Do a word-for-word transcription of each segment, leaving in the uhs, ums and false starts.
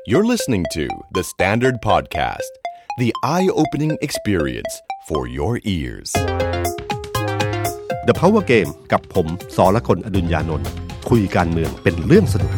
You're listening to The Standard Podcast, the eye-opening experience for your ears. The Power Game กับผมสรกล อดุลยานนท์คุยการเมืองเป็นเรื่องสนุก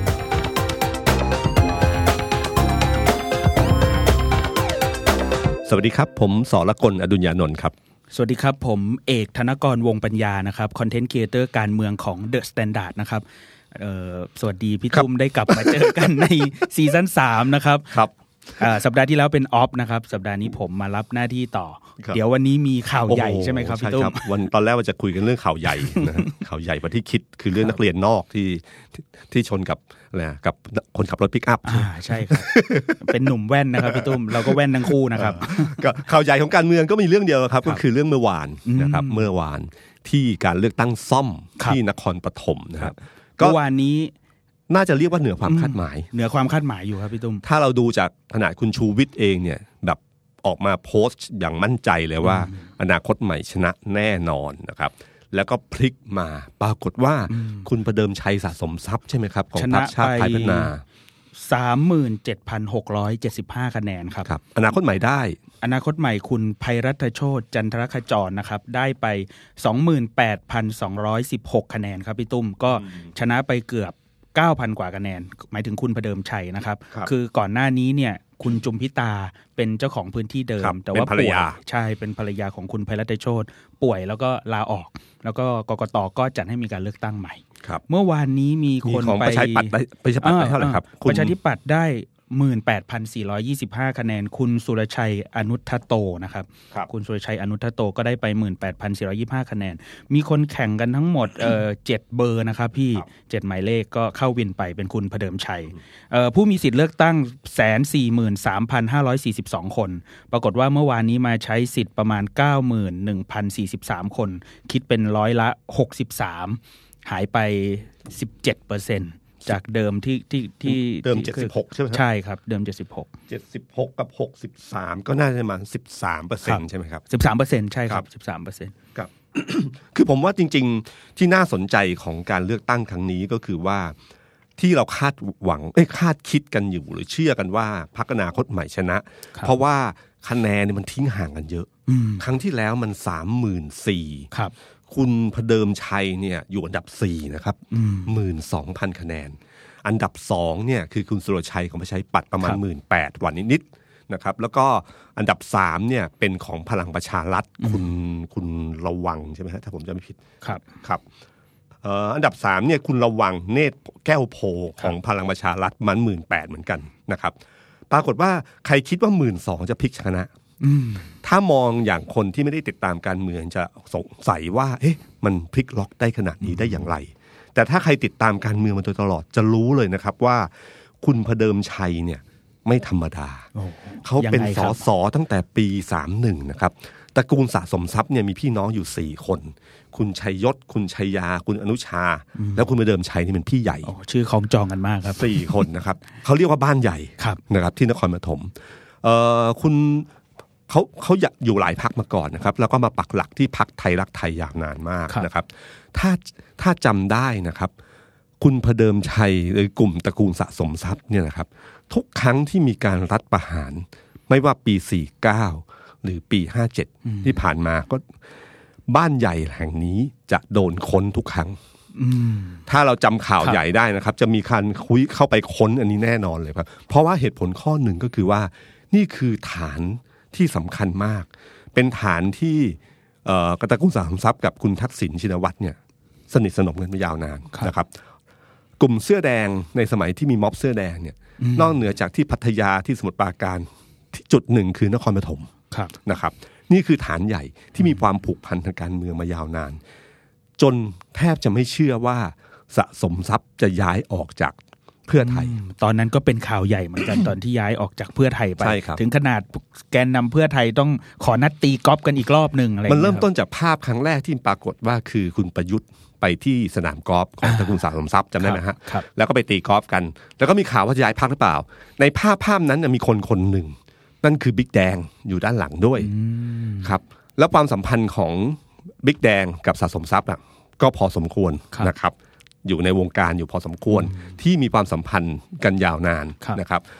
สวัสดีครับผมสรกล อดุลยานนท์ครับสวัสดีครับผมเอกธนกรวงปัญญานะครับคอนเทนต์ครีเอเตอร์การเมืองของ The Standard นะครับเอ่อสวัสดีพี่ตุ้มได้กลับมาเจอกันในซีซั่นสามนะครับครับสัปดาห์ที่แล้วเป็นออฟนะครับสัปดาห์นี้ผมมารับหน้าที่ต่อเดี๋ยววันนี้มีข่าวใหญ่ใช่ไหมครับพี่ตุ้มวันตอนแรกว่าจะคุยกันเรื่องข่าวใหญ่นะข่าวใหญ่กว่าที่คิดคือเรื่องนักเรียนนอกที่ที่ชนกับอะไรกับคนขับรถปิกอัพอ่าใช่ครับเป็นหนุ่มแว่นนะครับพี่ตุ้มเราก็แว่นทั้งคู่นะครับข่าวใหญ่ของการเมืองก็มีเรื่องเดียวครับก็คือเรื่องเมื่อวานนะครับเมื่อวานที่การเลือกตั้งซ่อมที่นครปฐมนะครับเมื่อวานนี้น่าจะเรียกว่าเหนือความคาดหมายเหนือความคาดหมายอยู่ครับพี่ตุ้มถ้าเราดูจากขนาดคุณชูวิทย์เองเนี่ยแบบออกมาโพสต์อย่างมั่นใจเลยว่าอนาคตใหม่ชนะแน่นอนนะครับแล้วก็พลิกมาปรากฏว่าคุณประเดิมชัยสะสมทรัพย์ใช่ไหมครับของพรรคชาติไทยพัฒนาสามหมื่นเจ็ดพันหกร้อยเจ็ดสิบห้า คะแนนครับครับอนาคตใหม่ได้อนาคตใหม่คุณไพรัตน์โชติจันทรขจรนะครับได้ไป สองหมื่นแปดพันสองร้อยสิบหก คะแนนครับพี่ตุ้มก็ชนะไปเกือบเก้าพัน กว่าคะแนนหมายถึงคุณประเดิมชัยนะครับ ค, คือก่อนหน้านี้เนี่ยคุณจุมพิตาเป็นเจ้าของพื้นที่เดิมแต่ว่าป่วยใช่เป็นภรรยาของคุณไพรัตน์โชติป่วยแล้วก็ลาออกแล้วก็กกต.ก็จัดให้มีการเลือกตั้งใหม่เมื่อวานนี้มีคนไปประชาธิปัตย์ได้ประชาธิปัตย์ได้เท่าไหร่ครับประชาธิปัตย์ได้ หนึ่งหมื่นแปดพันสี่ร้อยยี่สิบห้า คะแนนคุณสุรชัยอนุทโตนะครับคุณสุรชัยอนุทโตก็ได้ไป หนึ่งหมื่นแปดพันสี่ร้อยยี่สิบห้า คะแนนมีคนแข่งกันทั้งหมดเอ่อเจ็ดเบอร์นะครับพี่เจ็ดหมายเลขก็เข้าวินไปเป็นคุณประเดิมชัยเอ่อผู้มีสิทธิ์เลือกตั้ง หนึ่งแสนสี่หมื่นสามพันห้าร้อยสี่สิบสอง คนปรากฏว่าเมื่อวานนี้มาใช้สิทธิ์ประมาณ เก้าหมื่นหนึ่งพันสี่สิบสาม คนคิดเป็นร้อยละหกสิบสามหายไป สิบเจ็ดเปอร์เซ็นต์จากเดิมที่ที่ที่เดิมเจ็ดสิบหกใช่ไหมครับใช่ครับเดิมเจ็ดสิบหกเจ็ดสิบหกกับหกสิบสามก็น่าจะประมาณ สิบสามเปอร์เซ็นต์ ใช่ไหมครับสิบสามเปอร์เซ็นต์ ใช่ครับ สิบสามเปอร์เซ็นต์ครับ คือผมว่าจริงๆที่น่าสนใจของการเลือกตั้งครั้งนี้ก็คือว่าที่เราคาดหวังเอ้ยคาดคิดกันอยู่หรือเชื่อกันว่าพรรคอนาคตใหม่ชนะเพราะว่าคะแนนมันทิ้งห่างกันเยอะครั้งที่แล้วมัน สามหมื่นสี่พันครับคุณประเดิมชัยเนี่ยอยู่อันดับสี่นะครับ หนึ่งหมื่นสองพัน คะแนนอันดับสองเนี่ยคือคุณสุรชัยของประชาธิปัตย์ประมาณ หนึ่งหมื่นแปดพัน วันนิดๆนะครับแล้วก็อันดับสามเนี่ยเป็นของพลังประชารัฐคุณคุณระวังใช่ไหมฮะถ้าผมจำไม่ผิดครับครับเอ่ออันดับสามเนี่ยคุณระวังเนตรแก้วโพของพลังประชารัฐมัน หนึ่งหมื่นแปดพัน เหมือนกันนะครับปรากฏว่าใครคิดว่า หนึ่งหมื่นสองพัน จะพลิกชนะถ้ามองอย่างคนที่ไม่ได้ติดตามการเมืองจะสงสัยว่าเอ๊ะมันพลิกล็อกได้ขนาดนี้ได้อย่างไรแต่ถ้าใครติดตามการเมืองมาโดยตลอดจะรู้เลยนะครับว่าคุณประเดิมชัยเนี่ยไม่ธรรมดาเขาเป็นสสตั้งแต่ปีสามสิบเอ็ดนะครับตระกูลสะสมทรัพย์เนี่ยมีพี่น้องอยู่สี่คนคุณชัยยศคุณชัยยาคุณอนุชาแล้วคุณประเดิมชัยนี่เป็นพี่ใหญ่ชื่อของจองกันมากครับสี่คนนะครับเขาเรียกว่าบ้านใหญ่นะครับที่นครปฐมเอ่อคุณเขาเขาอยู่หลายพรรคมาก่อนนะครับแล้วก็มาปักหลักที่พรรคไทยรักไทยยาวนานมากนะครับถ้าถ้าจำได้นะครับคุณประเดิมชัยหรือกลุ่มตระกูลสะสมทรัพย์เนี่ยนะครับทุกครั้งที่มีการรัฐประหารไม่ว่าปีสี่สิบเก้าหรือปีห้าสิบเจ็ดที่ผ่านมาก็บ้านใหญ่แห่งนี้จะโดนค้นทุกครั้งถ้าเราจำข่าวใหญ่ได้นะครับจะมีการคุยเข้าไปค้นอันนี้แน่นอนเลยครับเพราะว่าเหตุผลข้อหนึ่งก็คือว่านี่คือฐานที่สำคัญมากเป็นฐานที่กตระกูลสะสมทรัพย์กับคุณทักษิณชินวัตรเนี่ยสนิทสนมกันมายาวนานนะครับกลุ่มเสื้อแดงในสมัยที่มีม็อบเสื้อแดงเนี่ยนอกเหนือจากที่พัทยาที่สมุทรปราการที่จุดหนึ่งคือนครปฐมนะครับนี่คือฐานใหญ่ที่มีความผูกพันทางการเมืองมายาวนานจนแทบจะไม่เชื่อว่าสะสมทรัพย์จะย้ายออกจากเพื่อไทยตอนนั้นก็เป็นข่าวใหญ่เหมือนกัน ตอนที่ย้ายออกจากเพื่อไทยไปถึงขนาดแกนนำเพื่อไทยต้องขอนัดตีกอล์ฟกันอีกรอบนึงอะไรมันเริ่มต้นจากภาพครั้งแรกที่ปรากฏว่าคือคุณประยุทธ์ไปที่สนามกอล์ฟของตระกูลสะสมทรัพย์จำได้ไหมฮะแล้วก็ไปตีกอล์ฟกันแล้วก็มีข่าวว่าจะย้ายพรรคหรือเปล่าในภาพภาพนั้นมีคนคนหนึ่งนั่นคือบิ๊กแดงอยู่ด้านหลังด้วยครับแล้วความสัมพันธ์ของบิ๊กแดงกับสะสมทรัพย์ก็พอสมควรนะครับอยู่ในวงการอยู่พอสมควรที่มีความสัมพันธ์กันยาวนานนะครับ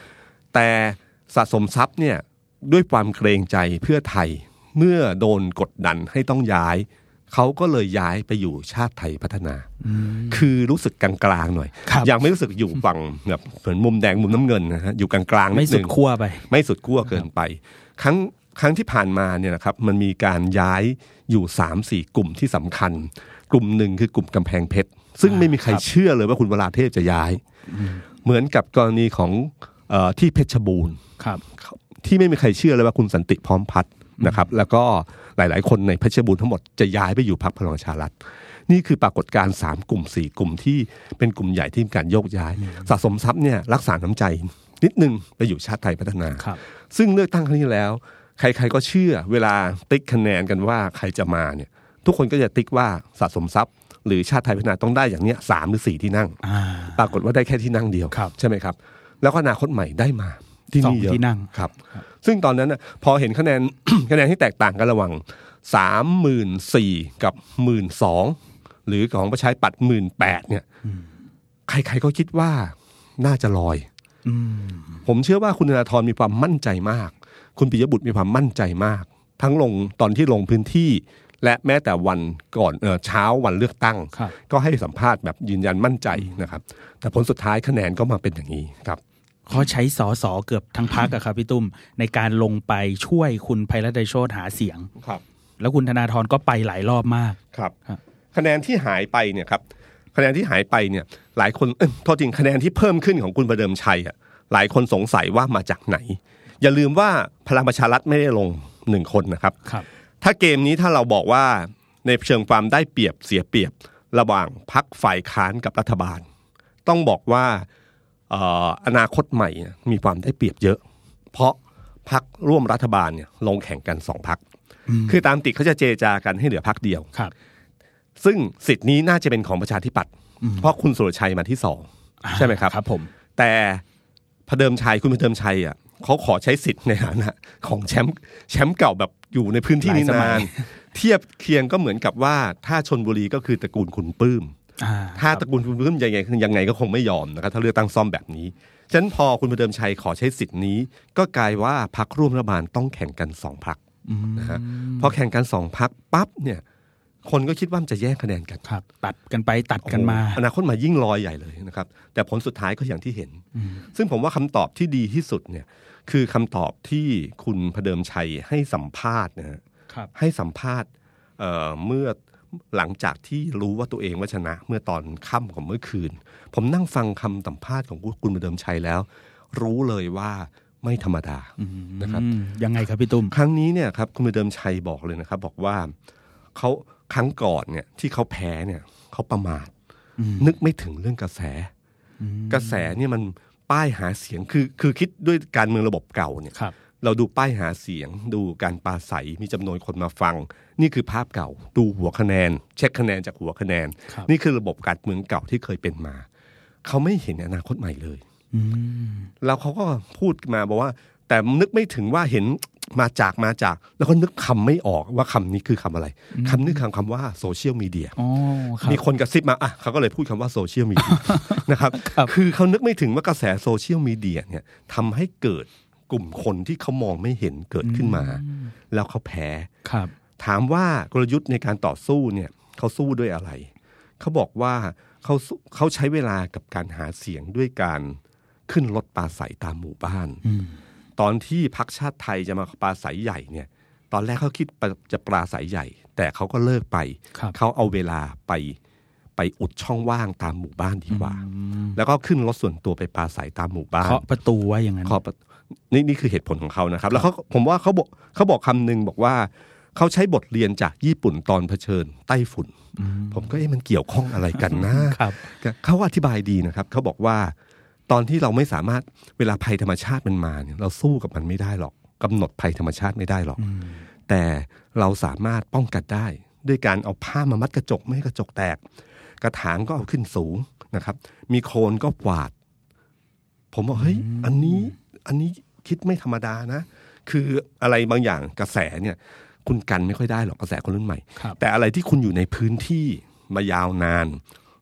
แต่สะสมทรัพย์เนี่ยด้วยความเกรงใจเพื่อไทยเมื่อโดนกดดันให้ต้องย้ายเขาก็เลยย้ายไปอยู่ชาติไทยพัฒนาคือรู้สึกกลางๆหน่อยยังไม่รู้สึกอยู่ฝั่งแบบเหมือนมุมแดงมุมน้ำเงินนะฮะอยู่กลางๆนิดนึงไม่สุดขั้วไปไม่สุดขั้วเกินไปครั้งครั้งที่ผ่านมาเนี่ยนะครับมันมีการย้ายอยู่ สามสี่ กลุ่มที่สำคัญกลุ่มหนึ่งคือกลุ่มกำแพงเพชรซึ่งไม่มีใครเชื่อเลยว่าคุณวราเทพจะย้ายเหมือนกับกรณีของเอ่อที่เพชรบูรณ์ที่ไม่มีใครเชื่อเลยว่าคุณสันติพร้อมพัฒน์นะครับแล้วก็หลายๆคนในเพชรบูรณ์ทั้งหมดจะย้ายไปอยู่พรรคพลังประชารัฐนี่คือปรากฏการณ์สามกลุ่มสี่กลุ่มที่เป็นกลุ่มใหญ่ที่มีการโยกย้ายสะสมทรัพย์เนี่ยรักษาน้ำใจนิดนึงไปอยู่ชาติไทยพัฒนาซึ่งเลือกตั้งครั้งนี้แล้วใครๆก็เชื่อเวลาติ๊กคะแนนกันว่าใครจะมาเนี่ยทุกคนก็จะติ๊กว่าสะสมทรัพย์หรือชาติไทยพัฒนาต้องได้อย่างเนี้ยสามหรือสี่ที่นั่งปรากฏว่าได้แค่ที่นั่งเดียวใช่ไหมครับแล้วก็อนาคตใหม่ได้มาที่นี่เยอะครับซึ่งตอนนั้นนะพอเห็นคะแนน คะแนนที่แตกต่างกันระหว่างสามหมื่นสี่กับหมื่นสองหรือของประชาธิปัตย์หมื่นแปดเนี่ยใครๆก็คิดว่าน่าจะลอยผมเชื่อว่าคุณธนาธรมีความมั่นใจมากคุณปิยบุตรมีความมั่นใจมากทั้งลงตอนที่ลงพื้นที่และแม้แต่วันก่อนเอ่อเช้าวันเลือกตั้งก็ให้สัมภาษณ์แบบยืนยันมั่นใจนะครับแต่ผลสุดท้ายคะแนนก็มาเป็นอย่างนี้ครับเขาใช้สสเกือบทั้งพรรคอะครับพี่ตุ้มในการลงไปช่วยคุณไพรัตน์ไตรโชติหาเสียงครับแล้วคุณธนาธรก็ไปหลายรอบมากครับคะแนนที่หายไปเนี่ยครับคะแนนที่หายไปเนี่ยหลายคนเออโทษจริงคะแนนที่เพิ่มขึ้นของคุณประเดิมชัยอ่ะหลายคนสงสัยว่ามาจากไหนอย่าลืมว่าพลังประชารัฐไม่ได้ลงหนึ่งคนนะครับครับถ้าเกมนี้ถ้าเราบอกว่าในเชิงความได้เปรียบเสียเปรียบระหว่างพรรคฝ่ายค้านกับรัฐบาลต้องบอกว่าอนาคตใหม่มีความได้เปรียบเยอะเพราะพรรคร่วมรัฐบาลเนี่ยลงแข่งกันสองพรรคคือตามติดเขาจะเจรจากันให้เหลือพรรคเดียวซึ่งสิทธิ์นี้น่าจะเป็นของประชาธิปัตย์เพราะคุณสุรชัยมาที่สองใช่ไหมครับครับผมแต่พเดิมชัยคุณพเดิมชัยอ่ะเขาขอใช้สิทธิ์ในฐานะของแชมป์แชมป์เก่าแบบอยู่ในพื้นที่นี้นานเทียบเคียงก็เหมือนกับว่าถ้าชลบุรีก็คือตระกูลคุณปื้มถ้าตระกูลคุณปื้มยังไงยังไงก็คงไม่ยอมนะครับถ้าเลือกตั้งซ่อมแบบนี้ฉะนั้นพอคุณพเดิมชัยขอใช้สิทธิ์นี้ก็กลายว่าพรรคร่วมรัฐบาลต้องแข่งกันสองพรรคนะฮะพอแข่งกันสองพรรคปั๊บเนี่ยคนก็คิดว่ามันจะแย่งคะแนนกันตัดกันไปตัดกันมาอนาคตมายิ่งลอยใหญ่เลยนะครับแต่ผลสุดท้ายก็อย่างที่เห็นซึ่งผมว่าคำตอบที่ดีที่สุดเนี่ยคือคำตอบที่คุณพเดิมชัยให้สัมภาษณ์นะให้สัมภาษณ์เอ่อเมื่อหลังจากที่รู้ว่าตัวเองว่าชนะเมื่อตอนค่ำของเมื่อคืนผมนั่งฟังคำสัมภาษณ์ของคุณพเดิมชัยแล้วรู้เลยว่าไม่ธรรมดานะครับยังไงครับพี่ตุ้มครั้งนี้เนี่ยครับคุณพเดิมชัยบอกเลยนะครับบอกว่าเขาครั้งก่อนเนี่ยที่เขาแพ้เนี่ยเขาประมาทนึกไม่ถึงเรื่องกระแสกระแสเนี่ยมันป้ายหาเสียงคือคือคิดด้วยการเมืองระบบเก่าเนี่ยเราดูป้ายหาเสียงดูการปราศัยมีจำนวนคนมาฟังนี่คือภาพเก่าดูหัวคะแนนเช็คคะแนนจากหัวคะแนนนี่คือระบบการเมืองเก่าที่เคยเป็นมาเขาไม่เห็นอนาคตใหม่เลยแล้วเขาก็พูดมาบอกว่าแต่นึกไม่ถึงว่าเห็นมาจากมาจากแล้วก็นึกคำไม่ออกว่าคำนี้คือคำอะไรคำนี้คือคำว่าโซเชียลมีเดียมีคนกระซิบมาอ่ะเขาก็เลยพูดคำว่าโซเชียลมีเดียนะครับคือเขานึกไม่ถึงว่ากระแสโซเชียลมีเดียเนี่ยทำให้เกิดกลุ่มคนที่เขามองไม่เห็นเกิดขึ้นมาแล้วเขาแพ้ถามว่ากลยุทธ์ในการต่อสู้เนี่ยเขาสู้ด้วยอะไรเขาบอกว่าเขาเขาใช้เวลากับการหาเสียงด้วยการขึ้นรถปราศัยตามหมู่บ้านตอนที่พรรคชาติไทยจะมาปราศัยใหญ่เนี่ยตอนแรกเขาคิดจะปราศัยใหญ่แต่เขาก็เลิกไปเขาเอาเวลาไปไปอุดช่องว่างตามหมู่บ้านดีกว่าแล้วก็ขึ้นรถส่วนตัวไปปราศัยตามหมู่บ้านเคาะประตูไว้อย่างนั้นเคาะนี่นี่คือเหตุผลของเขานะครับแล้วเขาผมว่าเขาบอกเขาบอกคำนึงบอกว่าเขาใช้บทเรียนจากญี่ปุ่นตอนเผชิญไต้ฝุ่นผมก็เอ๊ะมันเกี่ยวข้องอะไรกันนะเขาอธิบายดีนะครับเขาบอกว่าตอนที่เราไม่สามารถเวลาภัยธรรมชาติมันมาเนี่ยเราสู้กับมันไม่ได้หรอกกำหนดภัยธรรมชาติไม่ได้หรอกแต่เราสามารถป้องกันได้ด้วยการเอาผ้ามามัดกระจกไม่ให้กระจกแตกกระถางก็เอาขึ้นสูงนะครับมีโคลนก็กวาดผมบอกเฮ้ยอันนี้อันนี้คิดไม่ธรรมดานะคืออะไรบางอย่างกระแสเนี่ยคุณกันไม่ค่อยได้หรอกกระแสคนรุ่นใหม่แต่อะไรที่คุณอยู่ในพื้นที่มายาวนาน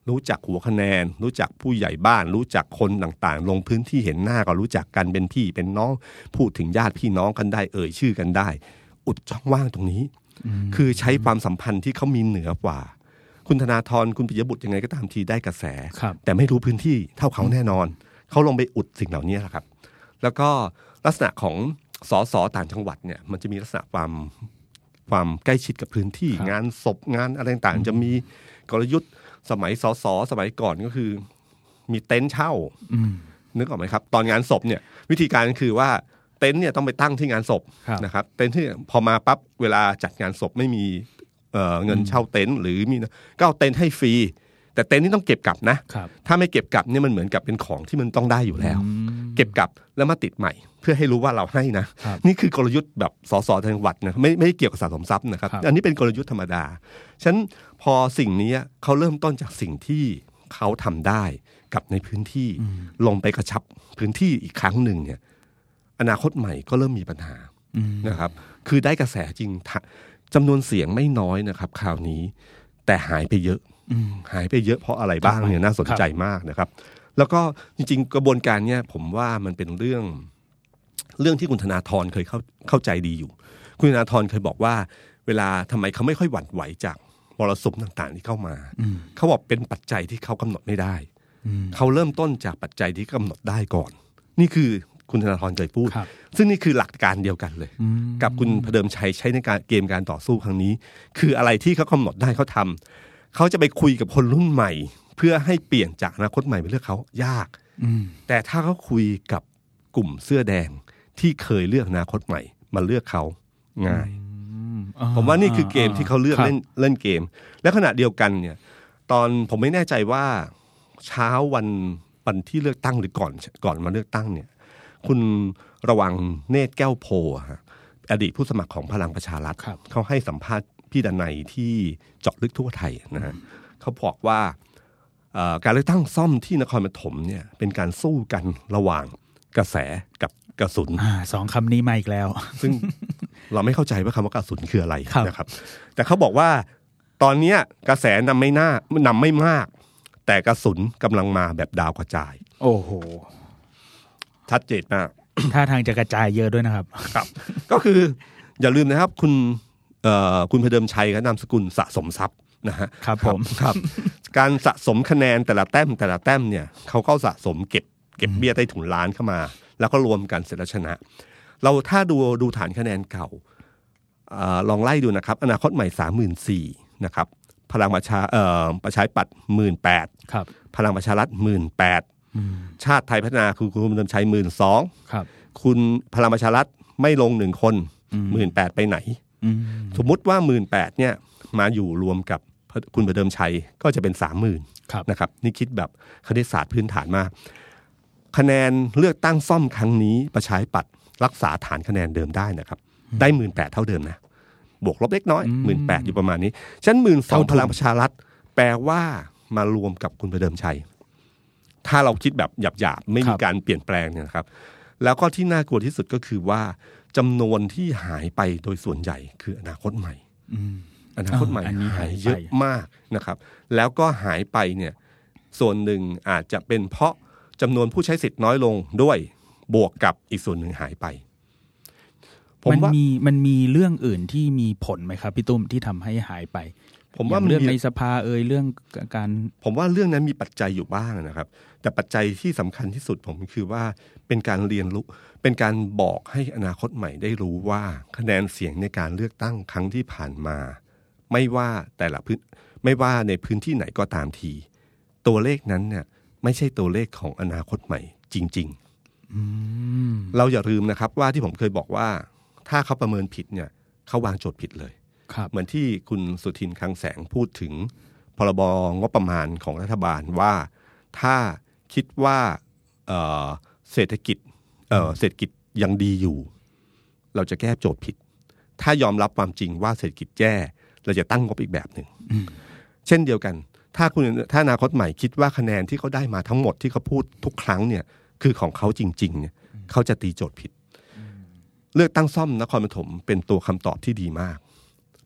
รู้จักหัวคะแนนรู้จักผู้ใหญ่บ้านรู้จักคนต่างๆลงพื้นที่เห็นหน้าก็รู้จักกันเป็นพี่เป็นน้องพูดถึงญาติพี่น้องกันได้เอ่ยชื่อกันได้อุดช่องว่างตรงนี้คือใช้ความสัมพันธ์ที่เขามีเหนือกว่าคุณธนาธรคุณปิยบุตรยังไงก็ตามทีได้กระแสแต่ไม่รู้พื้นที่เท่าเขาแน่นอนเขาลงไปอุดสิ่งเหล่านี้แหละครับแล้วก็ลักษณะของสสต่างจังหวัดเนี่ยมันจะมีลักษณะความความใกล้ชิดกับพื้นที่งานศพงานอะไรต่างๆจะมีกลยุทธ์สมัยสสสมัยก่อนก็คือมีเต็นท์เช่านึกออกไหมครับตอนงานศพเนี่ยวิธีการคือว่าเต็นท์เนี่ยต้องไปตั้งที่งานศพนะครับเต็นท์ที่พอมาปั๊บเวลาจัดงานศพไม่มีเอ่อเงินเช่าเต็นท์หรือมีก็เอาเต็นท์ให้ฟรีแต่เต็นท์นี่ต้องเก็บกลับนะถ้าไม่เก็บกลับเนี่ยมันเหมือนกับเป็นของที่มันต้องได้อยู่แล้วเก็บกลับแล้วมาติดใหม่เพื่อให้รู้ว่าเราให้นะนี่คือกลยุทธ์แบบสสจังหวัดนะไม่ไม่เกี่ยวกับสะสมทรัพย์นะครับอันนี้เป็นกลยุทธ์ธรรมดาฉะนั้นพอสิ่งนี้เขาเริ่มต้นจากสิ่งที่เขาทำได้กับในพื้นที่ลงไปกระชับพื้นที่อีกครั้งหนึ่งเนี่ยอนาคตใหม่ก็เริ่มมีปัญหานะครับคือได้กระแสจริงจำนวนเสียงไม่น้อยนะครับคราวนี้แต่หายไปเยอะหายไปเยอะเพราะอะไรบ้างเนี่ยน่าสนใจมากนะครับแล้วก็จริงๆกระบวนการเนี่ยผมว่ามันเป็นเรื่องเรื่องที่คุณธนาธรเคยเข้าเข้าใจดีอยู่คุณธนาธรเคยบอกว่าเวลาทำไมเขาไม่ค่อยหวั่นไหวจากมรสุมต่างๆที่เข้ามาเขาบอกเป็นปัจจัยที่เขากำหนดไม่ได้เขาเริ่มต้นจากปัจจัยที่กำหนดได้ก่อนนี่คือคุณธนาธรเคยพูดซึ่งนี่คือหลักการเดียวกันเลยกับคุณพเดิมชัยใช้ในการเกมการต่อสู้ครั้งนี้คืออะไรที่เขากำหนดได้เขาทำเขาจะไปคุยกับคนรุ่นใหม่เพื่อให้เปลี่ยนจากอนาคตใหม่เป็นเลือกเขายากแต่ถ้าเขาคุยกับกลุ่มเสื้อแดงที่เคยเลือกอนาคตใหม่มาเลือกเขาง่ายผมว่านี่คือเกมที่เขาเลือกเล่นเล่นเกมและขณะเดียวกันเนี่ยตอนผมไม่แน่ใจว่าเช้าวันวันที่เลือกตั้งหรือก่อนก่อนมาเลือกตั้งเนี่ยคุณระวังเนตรแก้วโพอดีตผู้สมัครของพลังประชารัฐเขาให้สัมภาษณ์พี่ดนัยที่เจาะลึกทั่วไทยนะฮะเขาบอกว่าการเลือกตั้งซ่อมที่นครปฐมเนี่ยเป็นการสู้กันระหว่างกระแสกับกระสุนสองคำนี้มาอีกแล้วซึ่งเราไม่เข้าใจว่าคำว่ากระสุนคืออะไรนะครับแต่เขาบอกว่าตอนนี้กระแสนำไม่น่านำไม่มากแต่กระสุนกำลังมาแบบดาวกระจายโอ้โหชัดเจนมากท่าทางจะกระจายเยอะด้วยนะครับครับก็คืออย่าลืมนะครับคุณคุณพเดิมชัยกับนามสกุลสะสมทรัพย์นะฮะครับผมครับการสะสมคะแนนแต่ละแต้มแต่ละแต้มเนี่ยเขาก็สะสมเก็บเก็บเบี้ยใต้ถุนล้านเข้ามาแล้วก็รวมกันเสร็จแล้วชนะเราถ้าดูดูฐานคะแนนเก่าลองไล่ดูนะครับอนาคตใหม่ สามหมื่นสี่พัน นะครับพลังประชาเอ่อประชาธิปัตย์ หนึ่งหมื่นแปดพันครับพลังประชารัฐ หนึ่งหมื่นแปดพัน ชาติไทยพัฒนาคือคุณพเดิมชัย หนึ่งหมื่นสองพันครับคุณพลังประชารัฐไม่ลงหนึ่งคน หนึ่งหมื่นแปดพัน ไปไหนสมมุติว่า หนึ่งหมื่นแปดพัน เนี่ยมาอยู่รวมกับคุณพเดิมชัยก็จะเป็น สามหมื่น นะครับนี่คิดแบบคณิตศาสตร์พื้นฐานมากคะแนนเลือกตั้งซ่อมครั้งนี้ประชาธิปัตย์รักษาฐานคะแนนเดิมได้นะครับได้ หนึ่งหมื่นแปดพัน เท่าเดิมนะบวกลบเล็กน้อย หนึ่งหมื่นแปดพัน อยู่ประมาณนี้ฉะนั้น หนึ่งหมื่นสองพัน พลังประชารัฐแปลว่ามารวมกับคุณพเดิมชัยถ้าเราคิดแบบหยาบๆไม่มีการเปลี่ยนแปลงเนี่ยนะครับแล้วก็ที่น่ากลัวที่สุดก็คือว่าจำนวนที่หายไปโดยส่วนใหญ่คืออนาคตใหม่อนาคตใหม่หายเยอะมากนะครับแล้วก็หายไปเนี่ยส่วนหนึ่งอาจจะเป็นเพราะจำนวนผู้ใช้สิทธิ์น้อยลงด้วยบวกกับอีกส่วนหนึ่งหายไปมันมีมันมีเรื่องอื่นที่มีผลไหมครับพี่ตุ้มที่ทำให้หายไปผมว่าเรื่องในสภาเอ่ยเรื่องการผมว่าเรื่องนั้นมีปัจจัยอยู่บ้างนะครับแต่ปัจจัยที่สำคัญที่สุดผมคือว่าเป็นการเรียนรู้เป็นการบอกให้อนาคตใหม่ได้รู้ว่าคะแนนเสียงในการเลือกตั้งครั้งที่ผ่านมาไม่ว่าแต่ละพื้นไม่ว่าในพื้นที่ไหนก็ตามทีตัวเลขนั้นเนี่ยไม่ใช่ตัวเลขของอนาคตใหม่จริงๆเราอย่าลืมนะครับว่าที่ผมเคยบอกว่าถ้าเขาประเมินผิดเนี่ยเขาวางโจทย์ผิดเลยเหมือนที่คุณสุทินคลังแสงพูดถึงพรบงบประมาณของรัฐบาลว่าถ้าคิดว่าเอ่อเศรษฐกิจเอ่อเศรษฐกิจยังดีอยู่เราจะแก้โจทย์ผิดถ้ายอมรับความจริงว่าเศรษฐกิจแย่เราจะตั้งงบอีกแบบหนึ่งเช่นเดียวกันถ้าคุณถ้าอนาคตใหม่คิดว่าคะแนนที่เขาได้มาทั้งหมดที่เขาพูดทุกครั้งเนี่ยคือของเขาจริงๆเนี่ยเขาจะตีโจทย์ผิดเลือกตั้งซ่อมนครปฐมเป็นตัวคำตอบที่ดีมาก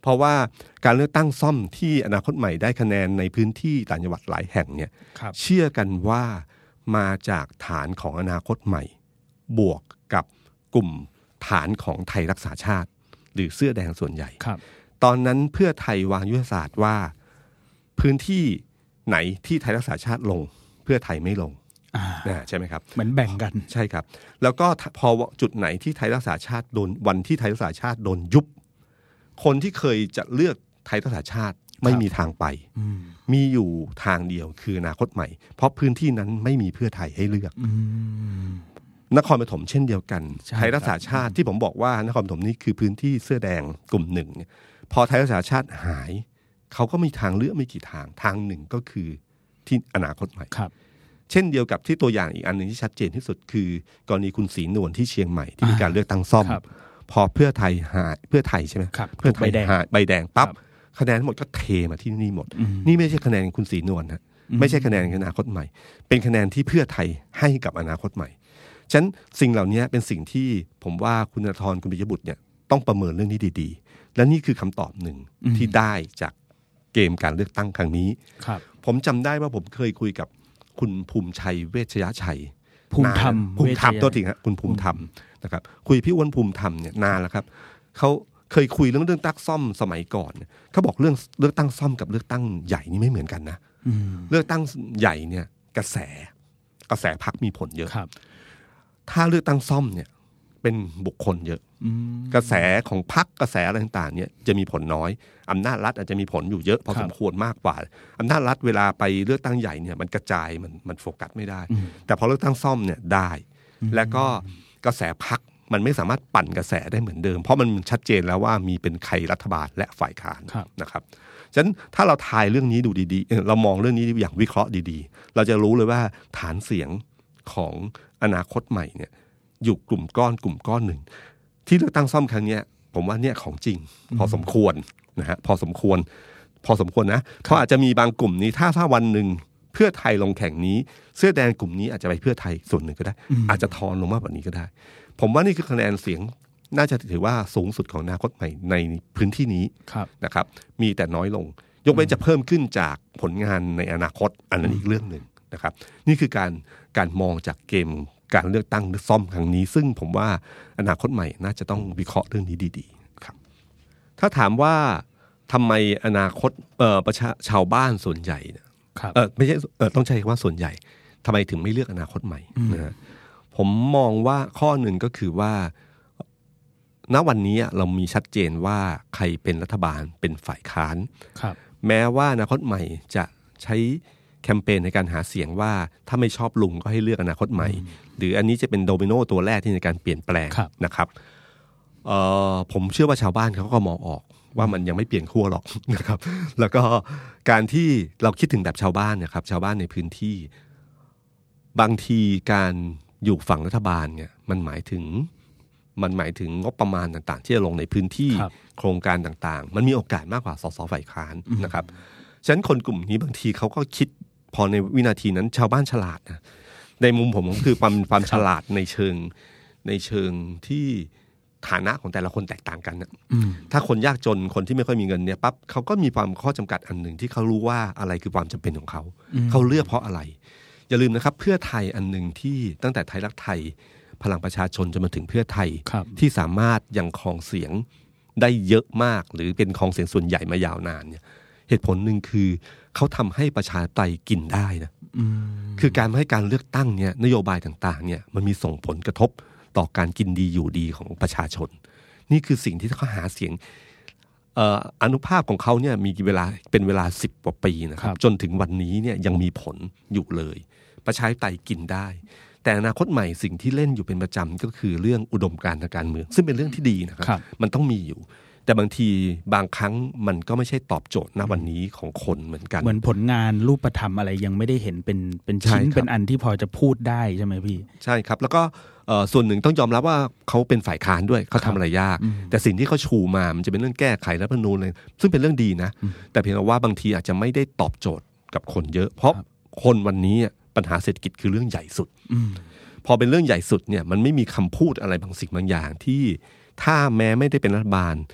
เพราะว่าการเลือกตั้งซ่อมที่อนาคตใหม่ได้คะแนนในพื้นที่ต่างจังหวัดหลายแห่งเนี่ยเชื่อกันว่ามาจากฐานของอนาคตใหม่บวกกับกลุ่มฐานของไทยรักษาชาติหรือเสื้อแดงส่วนใหญ่ตอนนั้นเพื่อไทยวางยุทธศาสตร์ว่าพื้นที่ไหนที่ไทยรักษาชาติลงเพื่อไทยไม่ลงใช่ไหมครับเหมือนแบ่งกันใช่ครับแล้วก็พอจุดไหนที่ไทยรักษาชาติโดนวันที่ไทยรักษาชาติโดนยุบคนที่เคยจะเลือกไทยรักษาชาติไม่มีทางไปมีอยู่ทางเดียวคืออนาคตใหม่เพราะพื้นที่นั้นไม่มีเพื่อไทยให้เลือกนครปฐมเช่นเดียวกันไทยรักษาชาติที่ผมบอกว่านครปฐมนี่คือพื้นที่เสื้อแดงกลุ่มหนึ่งพอไทยรักษาชาติหายเขาก็มีทางเลือกไม่กี่ทางทางหนึ่งก็คือที่อนาคตใหม่เช่นเดียวกับที่ตัวอย่างอีกอันหนึ่งที่ชัดเจนที่สุดคือกรณีคุณศรีนวลที่เชียงใหม่ที่มีการเลือกตั้งซ่อมพอเพื่อไทยหายเพื่อไทยใช่ไหมเพื่อไทยหายใบแดงปั๊บคะแนนทั้งหมดก็เทมาที่นี่หมดนี่ไม่ใช่คะแนนคุณศรีนวลนะไม่ใช่คะแนนอนาคตใหม่เป็นคะแนนที่เพื่อไทยให้กับอนาคตใหม่ฉะนั้นสิ่งเหล่านี้เป็นสิ่งที่ผมว่าคุณธนาธรคุณปิยบุตรเนี่ยต้องประเมินเรื่องนี้ดีๆและนี่คือคำตอบหนึ่งที่ได้จากเกมการเลือกตั้งครั้งนี้ผมจำได้ว่าผมเคยคุยกับคุณภูมิชัยเวชยชัยภูมิธรรมภูมิธรรมตัวจริงครับคุณภูมิธรรมนะครับคุยพี่อ้วนภูมิธรรมเนี่ยนานแล้วครับเขาเคยคุยเรื่องเรื่องตั้งซ่อมสมัยก่อนเขาบอกเรื่องเลือกตั้งซ่อมกับเลือกตั้งใหญ่นี่ไม่เหมือนกันนะเลือกตั้งใหญ่เนี่ยกระแสกระแสพรรคมีผลเยอะถ้าเลือกตั้งซ่อมเนี่ยเป็นบุคคลเยอะกระแสของพรรคกระแสอะไรต่างๆเนี่ยจะมีผลน้อยอำนาจรัฐอาจจะมีผลอยู่เยอะพอสมควรมากกว่าอำนาจรัฐเวลาไปเลือกตั้งใหญ่เนี่ยมันกระจายมันมันโฟกัสไม่ได้แต่พอเลือกตั้งซ่อมเนี่ยได้แล้วก็กระแสพรรคมันไม่สามารถปั่นกระแสได้เหมือนเดิมเพราะมันชัดเจนแล้วว่ามีเป็นใครรัฐบาลและฝ่ายค้านนะครับฉะนั้นถ้าเราทายเรื่องนี้ดูดีๆเรามองเรื่องนี้อย่างวิเคราะห์ดีๆเราจะรู้เลยว่าฐานเสียงของอนาคตใหม่เนี่ยอยู่กลุ่มก้อนกลุ่มก้อนหนึ่งที่เลือกตั้งซ่อมครั้งนี้ผมว่าเนี่ยของจริงพอสมควรนะฮะพอสมควรพอสมควรนะเพราะอาจจะมีบางกลุ่มนี้ถ้าถ้าวันหนึ่งเพื่อไทยลงแข่งนี้เสื้อแดงกลุ่มนี้อาจจะไปเพื่อไทยส่วนหนึ่งก็ได้อาจจะทอนลงมากกว่านี้ก็ได้ผมว่านี่คือคะแนนเสียงน่าจะถือว่าสูงสุดของอนาคตใหม่ในพื้นที่นี้นะครับมีแต่น้อยลงยกเว้นจะเพิ่มขึ้นจากผลงานในอนาคตอันนั้นอีกเรื่องหนึ่งนะครับนี่คือการการมองจากเกมการเลือกตั้งซ่อมครั้งนี้ซึ่งผมว่าอนาคตใหม่น่าจะต้องวิเคราะห์เรื่องนี้ดีๆครับถ้าถามว่าทำไมอนาคตเอ่อประชาชาวบ้านส่วนใหญ่เนี่ยเออไม่ใช่เออต้องใช้คำว่าส่วนใหญ่ทำไมถึงไม่เลือกอนาคตใหม่นะฮะผมมองว่าข้อหนึ่งก็คือว่าณวันนี้เรามีชัดเจนว่าใครเป็นรัฐบาลเป็นฝ่ายค้านแม้ว่าอนาคตใหม่จะใช้แคมเปญในการหาเสียงว่าถ้าไม่ชอบลุงก็ให้เลือกอนาคตใหม่หรืออันนี้จะเป็นโดมิโนตัวแรกที่ในการเปลี่ยนแปลงนะครับผมเชื่อว่าชาวบ้านเขาก็มองออกว่ามันยังไม่เปลี่ยนขั้วหรอกนะครับแล้วก็การที่เราคิดถึงแบบชาวบ้านนะครับชาวบ้านในพื้นที่บางทีการอยู่ฝั่งรัฐบาลเนี่ยมันหมายถึงมันหมายถึงงบประมาณต่างๆที่จะลงในพื้นที่โครงการต่างๆมันมีโอกาสมากกว่าสสฝ่ายค้านนะครับฉะนั้นคนกลุ่มนี้บางทีเขาก็คิดพอในวินาทีนั้นชาวบ้านฉลาดนะในมุมผมก็คือความความฉลาดในเชิงในเชิงที่ฐานะของแต่ละคนแตกต่างกันนะถ้าคนยากจนคนที่ไม่ค่อยมีเงินเนี่ยปั๊บเขาก็มีความข้อจำกัดอันหนึ่งที่เขารู้ว่าอะไรคือความจำเป็นของเขาเขาเลือกเพราะอะไรอย่าลืมนะครับเพื่อไทยอันหนึ่งที่ตั้งแต่ไทยรักไทยพลังประชาชนจนมาถึงเพื่อไทยที่สามารถยังครองเสียงได้เยอะมากหรือเป็นครองเสียงส่วนใหญ่มายาวนานเนี่ยเหตุผลหนึ่งคือเขาทำให้ประชาธิปไตยกินได้นะคือการให้การเลือกตั้งเนี่ยนโยบายต่างๆเนี่ยมันมีส่งผลกระทบต่อการกินดีอยู่ดีของประชาชนนี่คือสิ่งที่เขาหาเสียงเอ่ออนุภาพของเขาเนี่ยมีเวลาเป็นเวลาสิบกว่าปีนะครับจนถึงวันนี้เนี่ยยังมีผลอยู่เลยประชาธิปไตยกินได้แต่อนาคตใหม่สิ่งที่เล่นอยู่เป็นประจำก็คือเรื่องอุดมการณ์ทางการเมืองซึ่งเป็นเรื่องที่ดีนะครับมันต้องมีอยู่แต่บางทีบางครั้งมันก็ไม่ใช่ตอบโจทย์ณวันนี้ของคนเหมือนกันเหมือนผลงานรูปธรรมอะไรยังไม่ได้เห็นเป็นเป็นชิ้นเป็นอันที่พอจะพูดได้ใช่ไหมพี่ใช่ครับแล้วก็ส่วนหนึ่งต้องยอมรับว่าเขาเป็นฝ่ายค้านด้วยเขาทำอะไรยากแต่สิ่งที่เขาชูมามันจะเป็นเรื่องแก้ไขรัฐธรรมนูญเลยซึ่งเป็นเรื่องดีนะแต่เพียงแต่ว่าบางทีอาจจะไม่ได้ตอบโจทย์กับคนเยอะเพราะคนวันนี้ปัญหาเศรษฐกิจคือเรื่องใหญ่สุดพอเป็นเรื่องใหญ่สุดเนี่ยมันไม่มีคำพูดอะไรบางสิ่งบางอย่างที่ถ้าแม้ไม่ได้เป็นรัฐบาล